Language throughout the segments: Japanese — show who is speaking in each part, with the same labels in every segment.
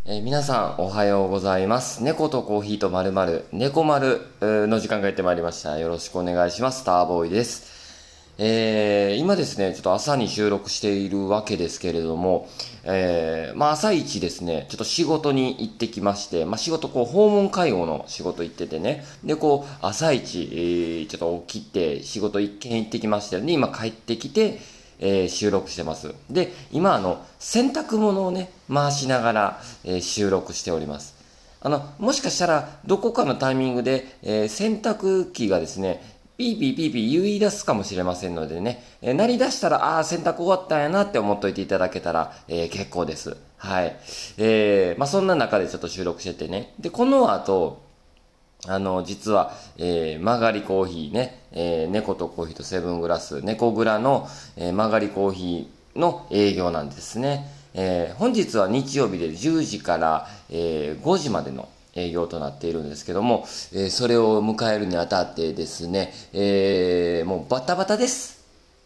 Speaker 1: 皆さんおはようございます。猫とコーヒーとまるまる猫丸の時間がやってまいりました。よろしくお願いします。ターボーイです。今ですね、ちょっと朝に収録しているわけですけれども、朝一ですね、ちょっと仕事に行ってきまして、仕事訪問介護の仕事行っててね、で朝一、ちょっと起きて仕事一件行ってきましたよね。今帰ってきて、収録してます。で、今洗濯物をね、回しながら、収録しております。もしかしたら、どこかのタイミングで、洗濯機がですね、ピーピーピーピー言い出すかもしれませんのでね、鳴り出したら、洗濯終わったんやなって思っといていただけたら、結構です。はい。そんな中でちょっと収録しててね。で、この後、実は、曲がりコーヒーね、猫とコーヒーとセブングラス、猫グラの、曲がりコーヒーの営業なんですね。本日は日曜日で10時から、5時までの営業となっているんですけども、それを迎えるにあたってですね、もうバタバタです。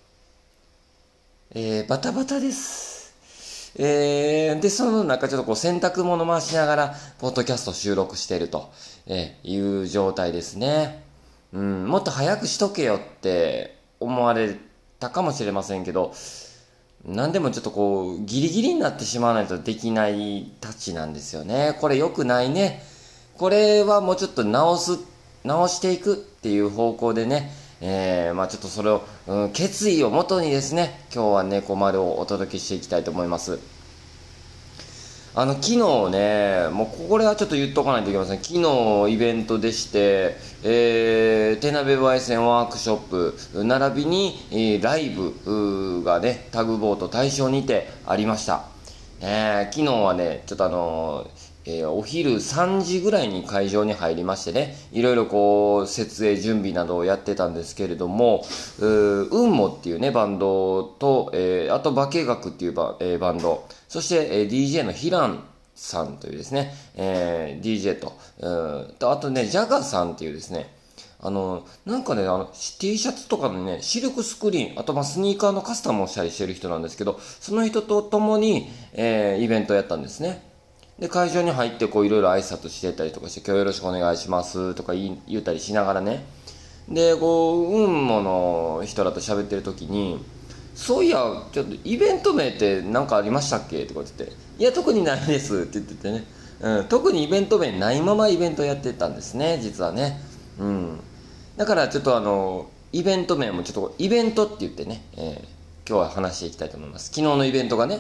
Speaker 1: バタバタです。で、その中ちょっと洗濯物回しながら、ポッドキャスト収録していると、いう状態ですね。もっと早くしとけよって思われたかもしれませんけど、なんでもちょっとギリギリになってしまわないとできないたちなんですよね。これ良くないね。これはもうちょっと直していくっていう方向でね、ちょっとそれを、決意をもとにですね、今日は猫丸をお届けしていきたいと思います。昨日ね、もうこれはちょっと言っとかないといけません。昨日イベントでして、手鍋焙煎ワークショップ、並びに、ライブがね、タグボート対象にてありました。昨日はね、ちょっとお昼3時ぐらいに会場に入りましてね、いろいろ設営準備などをやってたんですけれども、雲母っていうね、バンドと、あと化学っていうバンド、そして、DJ のヒランさんというですね、DJ と、あとね、ジャガさんっていうですね、なんかね、T シャツとかのね、シルクスクリーン、あとスニーカーのカスタムをしたりしてる人なんですけど、その人と共に、イベントをやったんですね。で、会場に入っていろいろ挨拶してたりとかして、今日よろしくお願いしますとか言ったりしながらね。で、雲母の人らと喋ってる時に、そういや、ちょっとイベント名って何かありましたっけとか言ってて、いや、特にないですって言っててね。特にイベント名ないままイベントやってたんですね、実はね。だからちょっとイベント名もちょっとイベントって言ってね、今日は話していきたいと思います。昨日のイベントがね、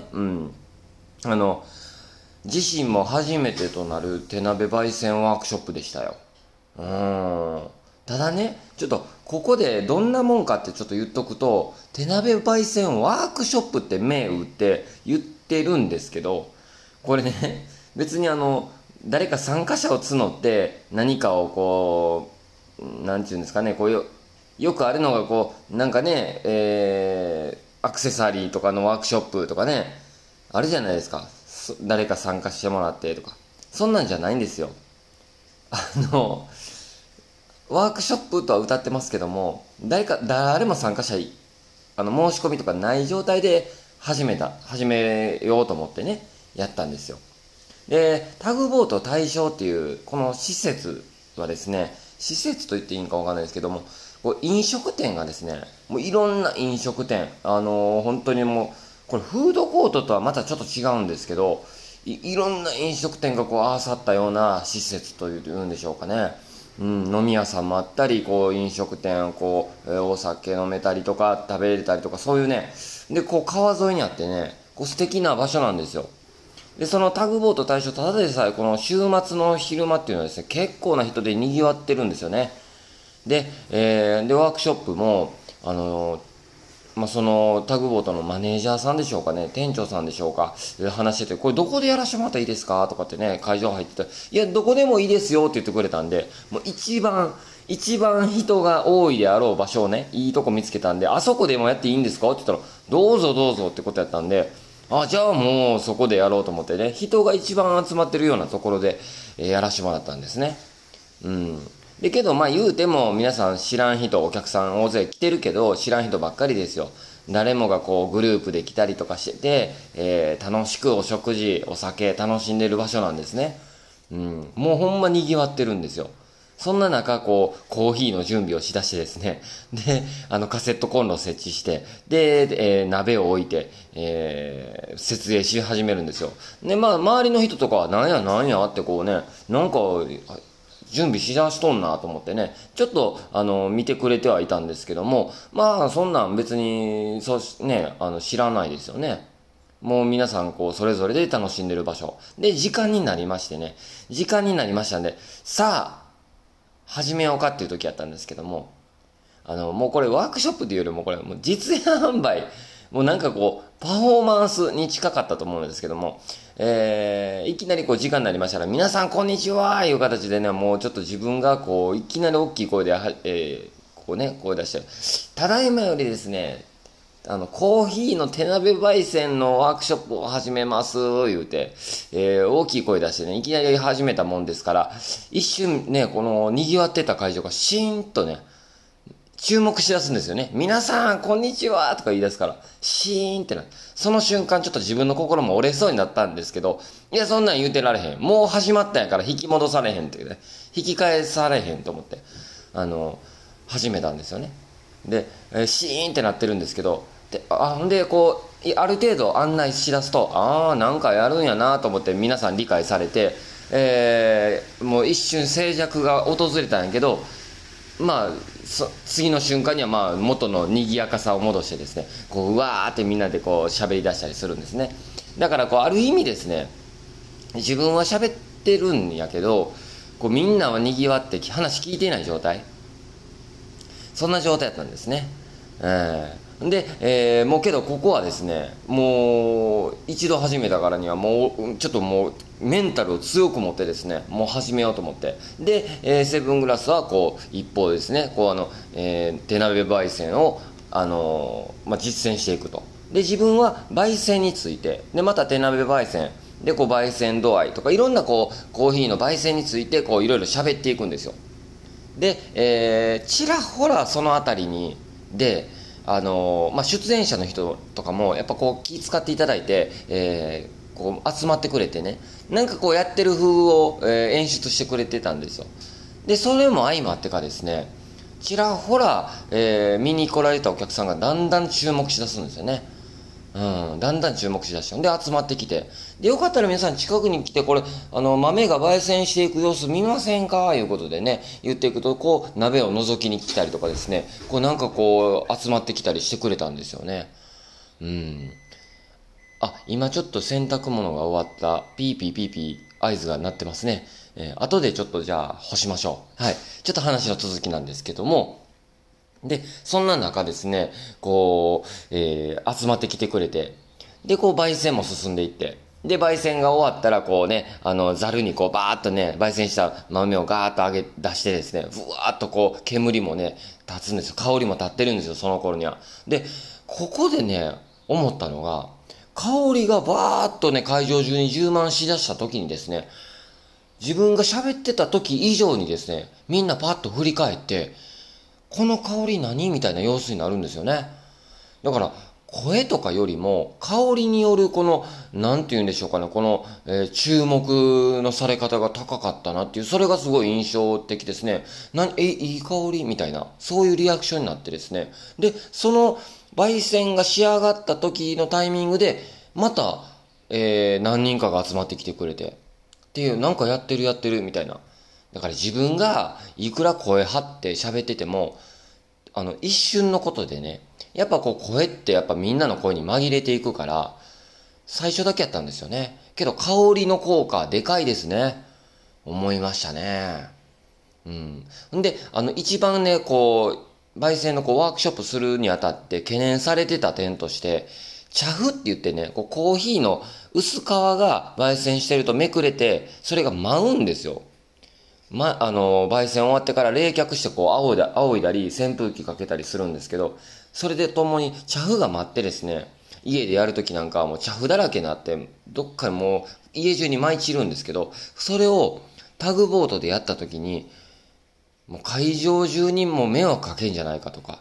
Speaker 1: 自身も初めてとなる手鍋焙煎ワークショップでしたよ。ただね、ちょっとここでどんなもんかってちょっと言っとくと、手鍋焙煎ワークショップって銘打って言ってるんですけど、これね、別に誰か参加者を募って何かをなんていうんですかね、よくあるのがなんかね、アクセサリーとかのワークショップとかね、あるじゃないですか。誰か参加してもらってとか。そんなんじゃないんですよ。あの、ワークショップとは歌ってますけども、誰も参加者、申し込みとかない状態で始めようと思ってね、やったんですよ。で、タグボート対象っていう、この施設はですね、施設と言っていいんかわかんないですけども、飲食店がですね、もういろんな飲食店、本当にもう、これフードコートとはまたちょっと違うんですけど、いろんな飲食店が合わさったような施設というんでしょうかね。飲み屋さんもあったり、飲食店、お酒飲めたりとか、食べれたりとか、そういうね、で、川沿いにあってね、素敵な場所なんですよ。で、そのタグボート対象、ただでさえこの週末の昼間っていうのはですね、結構な人で賑わってるんですよね。で、ワークショップも、そのタグボートのマネージャーさんでしょうかね、店長さんでしょうか、話してて、これどこでやらせてもらったらいいですかとかってね、会場入ってたら、いや、どこでもいいですよって言ってくれたんで、もう一番人が多いであろう場所をね、いいとこ見つけたんで、あそこでもやっていいんですかって言ったら、どうぞどうぞってことやったんで、じゃあもうそこでやろうと思ってね、人が一番集まってるようなところで、やらせてもらったんですね。で、けど言うても皆さん知らん人、お客さん大勢来てるけど、知らん人ばっかりですよ。 誰もがこうグループで来たりとかしてて、楽しくお食事、お酒楽しんでる場所なんですね。もうほんま賑わってるんですよ。そんな中、こう、コーヒーの準備をしだしてですね。で、カセットコンロを設置して、で、鍋を置いて、設営し始めるんですよ。で、まあ、周りの人とかは、なんやなんやってこうね、なんか、準備しだしとんなと思ってね、ちょっと、見てくれてはいたんですけども、まあ、そんなん別に、そうね、知らないですよね。もう皆さんこうそれぞれで楽しんでる場所。で、時間になりましてね。時間になりましたんで、さあ、始めようかっていう時やったんですけども、もうこれワークショップっていうよりもこれもう実演販売、もうなんかこう、パフォーマンスに近かったと思うんですけども、いきなりこう時間になりましたら、皆さんこんにちはいう形でね、もうちょっと自分がこう、いきなり大きい声で、こうね、声出して、ただいまよりですね、コーヒーの手鍋焙煎のワークショップを始めます、言うて、大きい声出してね、いきなり始めたもんですから、一瞬ね、この賑わってた会場がシーンとね、注目しだすんですよね。皆さん、こんにちはとか言い出すから、シーンってなる。その瞬間、ちょっと自分の心も折れそうになったんですけど、いや、そんなん言うてられへん。もう始まったんやから引き戻されへんっていうね、引き返されへんと思って、始めたんですよね。で、シーンってなってるんですけど、ほんで、こう、ある程度案内しだすと、なんかやるんやなと思って皆さん理解されて、もう一瞬静寂が訪れたんやけど、まあ、次の瞬間にはまあ元の賑やかさを戻してですね、こう、うわーってみんなでこう喋り出したりするんですね。だからこう、ある意味ですね、自分は喋ってるんやけど、こうみんなは賑わって話聞いていない状態。そんな状態だったんですね。で、もうけどここはですね、もう一度始めたからにはもうちょっともうメンタルを強く持ってですね、もう始めようと思って。で、セブングラスはこう一方ですね、こう手鍋焙煎を実践していくと。で、自分は焙煎について、で、また手鍋焙煎、で、こう焙煎度合いとかいろんなこうコーヒーの焙煎についてこういろいろ喋っていくんですよ。で、ちらほらそのあたりにで、出演者の人とかもやっぱこう気遣っていただいて、こう集まってくれてね、なんかこうやってる風を、演出してくれてたんですよ。でそれも相まってかですね、ちらほら、見に来られたお客さんがだんだん注目しだすんですよね。だんだん注目しだしたんで集まってきて、でよかったら皆さん近くに来て、これ豆が焙煎していく様子見ませんかいうことでね言っていくと、こう鍋を覗きに来たりとかですね、こうなんかこう集まってきたりしてくれたんですよね。今ちょっと洗濯物が終わった、ピーピーピーピー合図が鳴ってますね。後でちょっとじゃあ干しましょう。はい、ちょっと話の続きなんですけども、で、そんな中ですね、こう、集まってきてくれて、で、こう、焙煎も進んでいって、で、焙煎が終わったら、こうね、ざるにこう、バーっとね、焙煎した豆をガーッと出してですね、ふわーっとこう、煙もね、立つんですよ。香りも立ってるんですよ、その頃には。で、ここでね、思ったのが、香りがバーっとね、会場中に充満しだした時にですね、自分が喋ってた時以上にですね、みんなパッと振り返って、この香り何みたいな様子になるんですよね。だから、声とかよりも、香りによるこの、なんて言うんでしょうかね、この、注目のされ方が高かったなっていう、それがすごい印象的ですね。いい香りみたいな、そういうリアクションになってですね。で、その、焙煎が仕上がった時のタイミングで、また、何人かが集まってきてくれて、っていう、なんかやってるみたいな。だから自分がいくら声張って喋ってても、一瞬のことでね、やっぱこう声ってやっぱみんなの声に紛れていくから、最初だけやったんですよね。けど香りの効果でかいですね。思いましたね。んで、一番ね、こう、焙煎のこうワークショップするにあたって懸念されてた点として、茶粉って言ってね、こうコーヒーの薄皮が焙煎してるとめくれて、それが舞うんですよ。焙煎終わってから冷却してこう仰いだり扇風機かけたりするんですけど、それでともに茶粉が舞ってですね、家でやるときなんかはもう茶粉だらけになって、どっかにもう家中に舞い散るんですけど、それをタグボートでやったときに、もう会場中にも迷惑かけんじゃないかとか、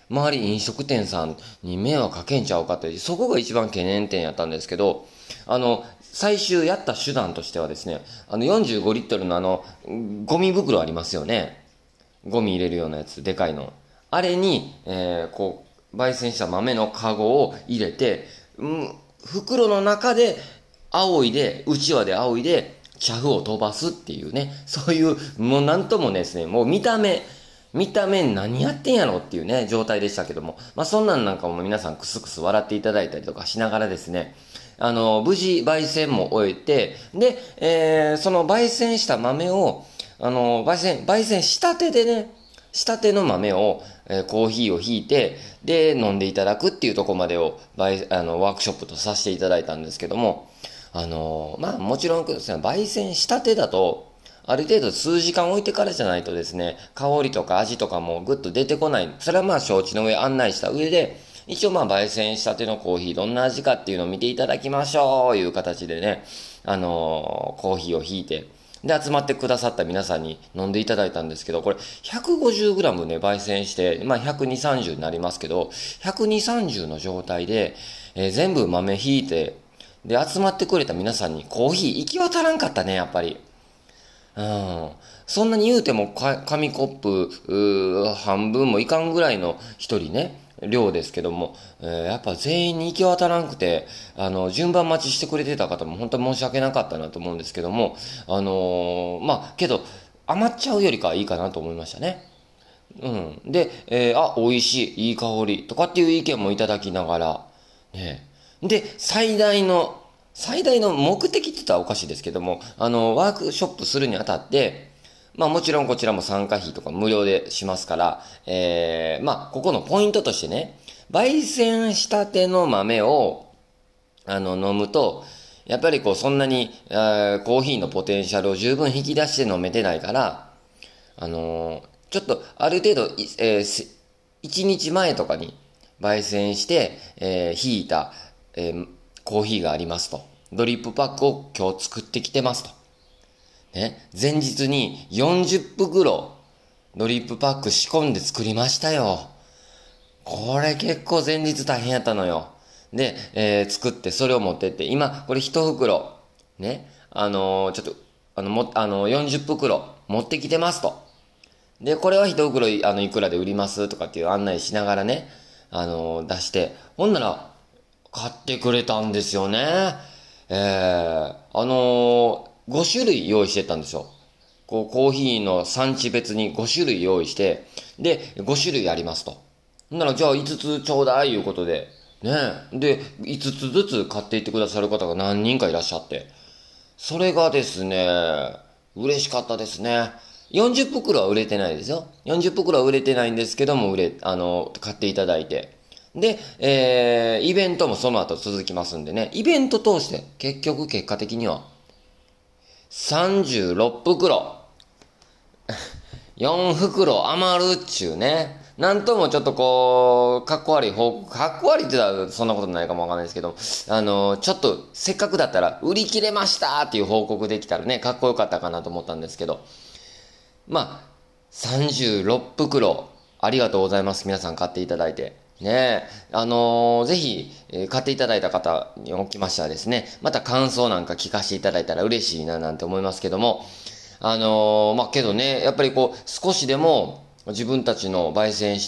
Speaker 1: 周り飲食店さんに迷惑かけんちゃうかって、そこが一番懸念点やったんですけど、最終やった手段としてはですね、45リットルのゴミ袋ありますよね。ゴミ入れるようなやつ、でかいの。あれに、焙煎した豆のカゴを入れて、袋の中でうちわで仰いで、茶粉を飛ばすっていうね、そういう、もうなんともですね、もう見た目何やってんやろっていうね、状態でしたけども、そんなんなんかも皆さんクスクス笑っていただいたりとかしながらですね、無事焙煎も終えて、で、その焙煎した豆を、焙煎したてでね、したての豆を、コーヒーをひいて、で、飲んでいただくっていうところまでを、ワークショップとさせていただいたんですけども、もちろんですね、焙煎したてだと、ある程度数時間置いてからじゃないとですね、香りとか味とかもぐっと出てこない。それは承知の上案内した上で、一応焙煎したてのコーヒーどんな味かっていうのを見ていただきましょういう形でね、コーヒーをひいて、で、集まってくださった皆さんに飲んでいただいたんですけど、これ 150g ね、焙煎して、120、30になりますけど、120、30の状態で、全部豆ひいて、で、集まってくれた皆さんにコーヒー行き渡らんかったね、やっぱり。そんなに言うても紙コップ半分もいかんぐらいの一人ね、量ですけども、やっぱ全員に行き渡らんくて、順番待ちしてくれてた方も本当に申し訳なかったなと思うんですけども、けど、余っちゃうよりかはいいかなと思いましたね。で、美味しい、いい香りとかっていう意見もいただきながら、ね。で、最大の目的って言ったらおかしいですけども、ワークショップするにあたって、もちろんこちらも参加費とか無料でしますから、ここのポイントとしてね、焙煎したての豆を、飲むと、やっぱりそんなに、コーヒーのポテンシャルを十分引き出して飲めてないから、ちょっと、ある程度、1日前とかに焙煎して、ひいた、コーヒーがありますと。ドリップパックを今日作ってきてますと。ね。前日に40袋ドリップパック仕込んで作りましたよ。これ結構前日大変やったのよ。で、作ってそれを持ってって、今これ1袋、ね。40袋持ってきてますと。で、これは1袋、いくらで売りますとかっていう案内しながらね、出して、ほんなら、買ってくれたんですよね。5種類用意してたんですよ。コーヒーの産地別に5種類用意して、で、5種類ありますと。なら、じゃあ5つちょうだいいうことで、ね。で、5つずつ買っていってくださる方が何人かいらっしゃって。それがですね、嬉しかったですね。40袋は売れてないですよ。40袋は売れてないんですけども、買っていただいて。で、イベントもその後続きますんでね。イベント通して、結果的には、36袋、4袋余るっちゅうね。なんともちょっとかっこ悪いって言ったらそんなことないかもわかんないですけど、ちょっとせっかくだったら売り切れましたっていう報告できたらね、かっこよかったかなと思ったんですけど、36袋、ありがとうございます。皆さん買っていただいて。ねえ、ぜひ、買っていただいた方におきましてはですね、また感想なんか聞かせていただいたら嬉しいななんて思いますけども、けどね、やっぱり少しでも自分たちの焙煎して、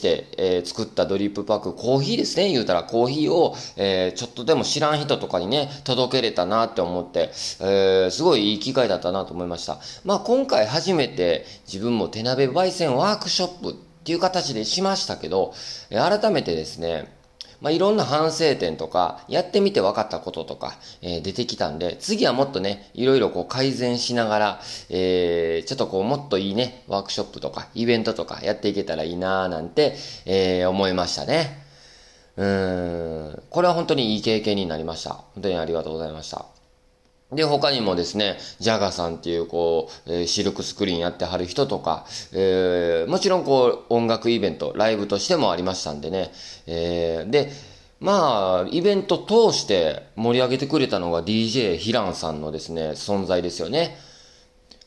Speaker 1: 作ったドリップパック、コーヒーですね、言うたらコーヒーを、ちょっとでも知らん人とかにね、届けれたなって思って、すごいいい機会だったなと思いました。今回初めて自分も手鍋焙煎ワークショップっていう形でしましたけど、改めてですね、いろんな反省点とか、やってみて分かったこととか、出てきたんで、次はもっとね、いろいろ改善しながら、ちょっともっといいね、ワークショップとか、イベントとかやっていけたらいいなぁなんて、思いましたね。これは本当にいい経験になりました。本当にありがとうございました。で、他にもですね、ジャガさんっていうシルクスクリーンやってはる人とか、もちろん音楽イベント、ライブとしてもありましたんでね、で、イベント通して盛り上げてくれたのが DJ ヒランさんのですね、存在ですよね。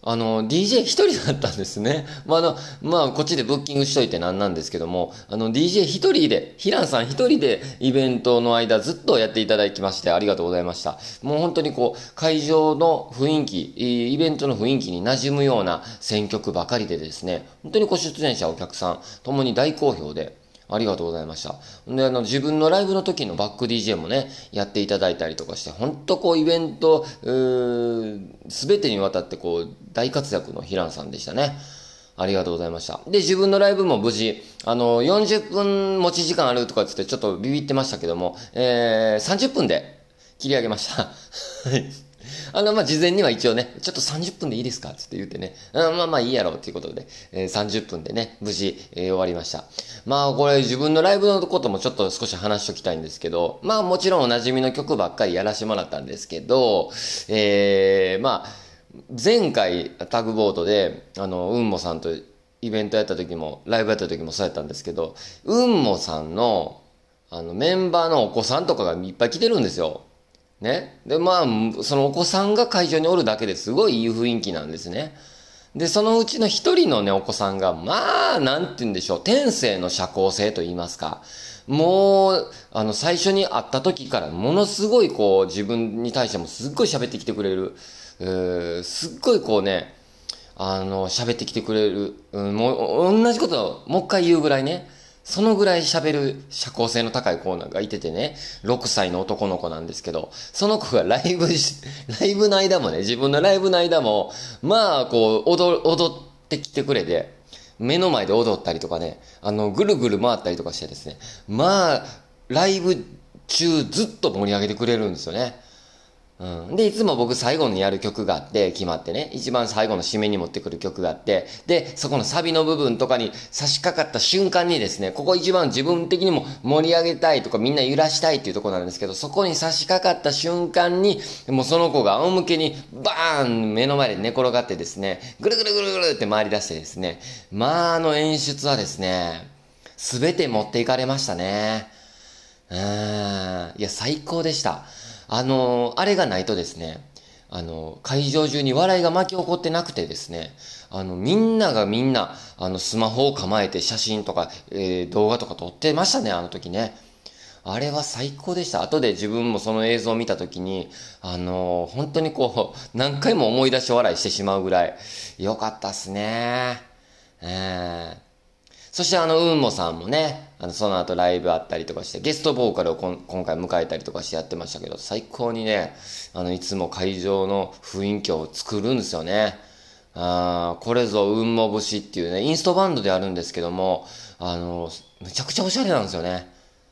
Speaker 1: DJ 一人だったんですね。こっちでブッキングしといてなんなんですけども、DJ 一人で、ヒランさん一人でイベントの間ずっとやっていただきましてありがとうございました。もう本当に会場の雰囲気、イベントの雰囲気に馴染むような選曲ばかりでですね、本当に出演者、お客さん、ともに大好評で、ありがとうございました。で、自分のライブの時のバック DJ もね、やっていただいたりとかして、ほんとイベント、すべてにわたって大活躍のヒランさんでしたね。ありがとうございました。で、自分のライブも無事、40分持ち時間あるとかつってちょっとビビってましたけども、30分で切り上げました。はい。事前には一応ね、ちょっと30分でいいですかって言ってね、いいやろうっていうことで、30分でね、無事、終わりました。これ自分のライブのこともちょっと少し話しときたいんですけど、もちろんお馴染みの曲ばっかりやらせてもらったんですけど、前回タグボートで、うんもさんとイベントやった時も、ライブやった時もそうやったんですけど、うんもさんの、メンバーのお子さんとかがいっぱい来てるんですよ。ね。で、そのお子さんが会場におるだけですごいいい雰囲気なんですね。で、そのうちの一人のね、お子さんが、なんて言うんでしょう、天性の社交性と言いますか。もう、最初に会った時から、ものすごい自分に対してもすっごい喋ってきてくれる。すっごい喋ってきてくれる。もう、同じことをもう一回言うぐらいね。そのぐらい喋る社交性の高い子がいててね、6歳の男の子なんですけど、その子がライブの間もね、自分のライブの間も、踊ってきてくれて、目の前で踊ったりとかね、ぐるぐる回ったりとかしてですね、ライブ中ずっと盛り上げてくれるんですよね。で、いつも僕最後にやる曲があって、決まってね、一番最後の締めに持ってくる曲があって、で、そこのサビの部分とかに差し掛かった瞬間にですね、ここ一番自分的にも盛り上げたいとかみんな揺らしたいっていうところなんですけど、そこに差し掛かった瞬間に、もうその子が仰向けにバーン目の前で寝転がってですね、ぐるぐるぐるぐるって回り出してですね、演出はですね、すべて持っていかれましたね。いや、最高でした。あれがないとですね、会場中に笑いが巻き起こってなくてですね、みんながみんな、スマホを構えて写真とか、動画とか撮ってましたね、あの時ね。あれは最高でした。後で自分もその映像を見た時に、本当に何回も思い出し笑いしてしまうぐらい、良かったっすね。そしてうんもさんもね、その後ライブあったりとかして、ゲストボーカルを今回迎えたりとかしてやってましたけど、最高にね、いつも会場の雰囲気を作るんですよね。これぞうんも節っていうね、インストバンドであるんですけども、めちゃくちゃおしゃれなんですよね。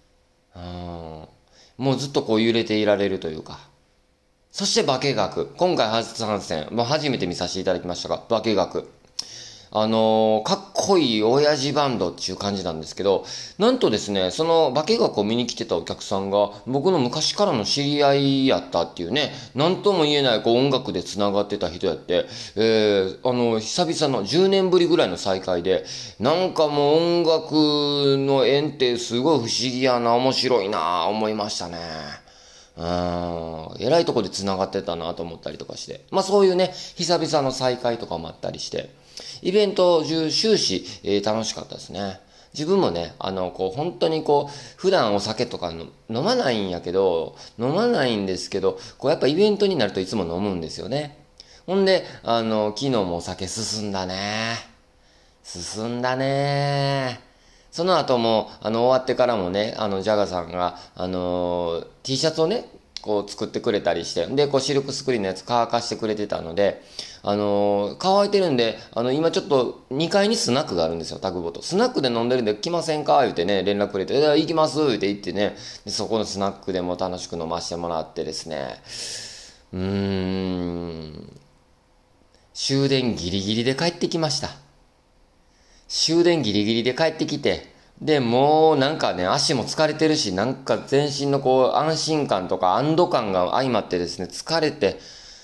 Speaker 1: もうずっと揺れていられるというか。そして化学。今回初参戦。初めて見させていただきましたが、化学。かっこいい親父バンドっていう感じなんですけど、なんとですね、その化学を見に来てたお客さんが、僕の昔からの知り合いやったっていうね、なんとも言えない音楽で繋がってた人やって、久々の10年ぶりぐらいの再会で、なんかもう音楽の縁ってすごい不思議やな、面白いな、思いましたね。えらいとこで繋がってたなと思ったりとかして。そういうね、久々の再会とかもあったりして、イベント中終始、楽しかったですね。自分もね、本当に普段お酒とか飲まないんやけど、飲まないんですけど、やっぱイベントになるといつも飲むんですよね。ほんで、昨日もお酒進んだね。進んだね。その後も、終わってからもね、ジャガさんが、T シャツをね、作ってくれたりして、で、シルクスクリーンのやつ乾かしてくれてたので、乾いてるんで、今ちょっと2階にスナックがあるんですよ、タグボト。スナックで飲んでるんで来ませんか言ってね、連絡くれて、行きますって言ってね、で、そこのスナックでも楽しく飲ませてもらってですね、終電ギリギリで帰ってきました。終電ギリギリで帰ってきて、で、もうなんかね、足も疲れてるし、なんか全身の安心感とか安堵感が相まってですね、疲れて、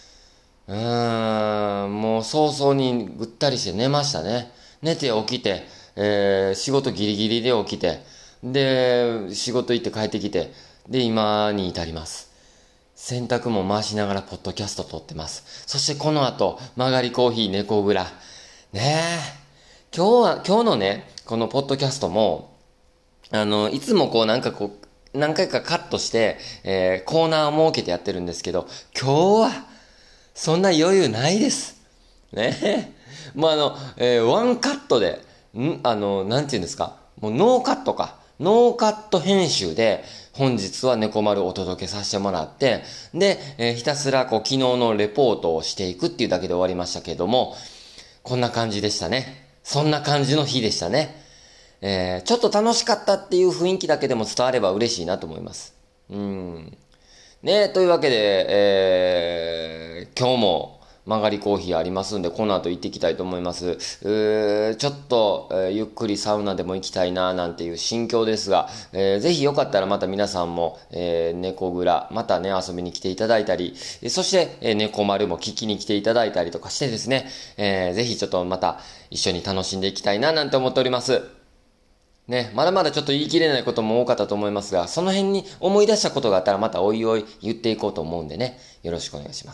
Speaker 1: もう早々にぐったりして寝ましたね。寝て起きて、仕事ギリギリで起きて、で、仕事行って帰ってきて、で、今に至ります。 洗濯も回しながらポッドキャスト撮ってます。そしてこの後、曲がりコーヒー猫蔵。ねえ。今日のね、このポッドキャストも、いつも何回かカットして、コーナーを設けてやってるんですけど、今日は、そんな余裕ないです。ねえ。もうワンカットで、なんて言うんですか。もうノーカットか。ノーカット編集で、本日は猫丸お届けさせてもらって、で、ひたすら昨日のレポートをしていくっていうだけで終わりましたけれども、こんな感じでしたね。そんな感じの日でしたね。ちょっと楽しかったっていう雰囲気だけでも伝われば嬉しいなと思います。ね、というわけで、今日も曲がりコーヒーありますんで、この後行ってきたいと思います。ちょっと、ゆっくりサウナでも行きたいな、なんていう心境ですが、ぜひよかったらまた皆さんも、猫蔵、またね、遊びに来ていただいたり、そして、猫丸も聞きに来ていただいたりとかしてですね、ぜひちょっとまた一緒に楽しんでいきたいな、なんて思っております。ね、まだまだちょっと言い切れないことも多かったと思いますが、その辺に思い出したことがあったらまたおいおい言っていこうと思うんでね、よろしくお願いします。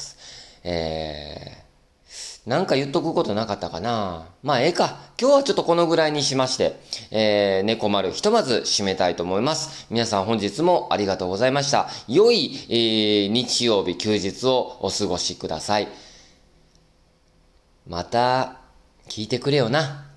Speaker 1: なんか言っとくことなかったかな。まあ、ええか。今日はちょっとこのぐらいにしまして、猫丸ひとまず締めたいと思います。皆さん本日もありがとうございました。良い、日曜日休日をお過ごしください。また、聞いてくれよな。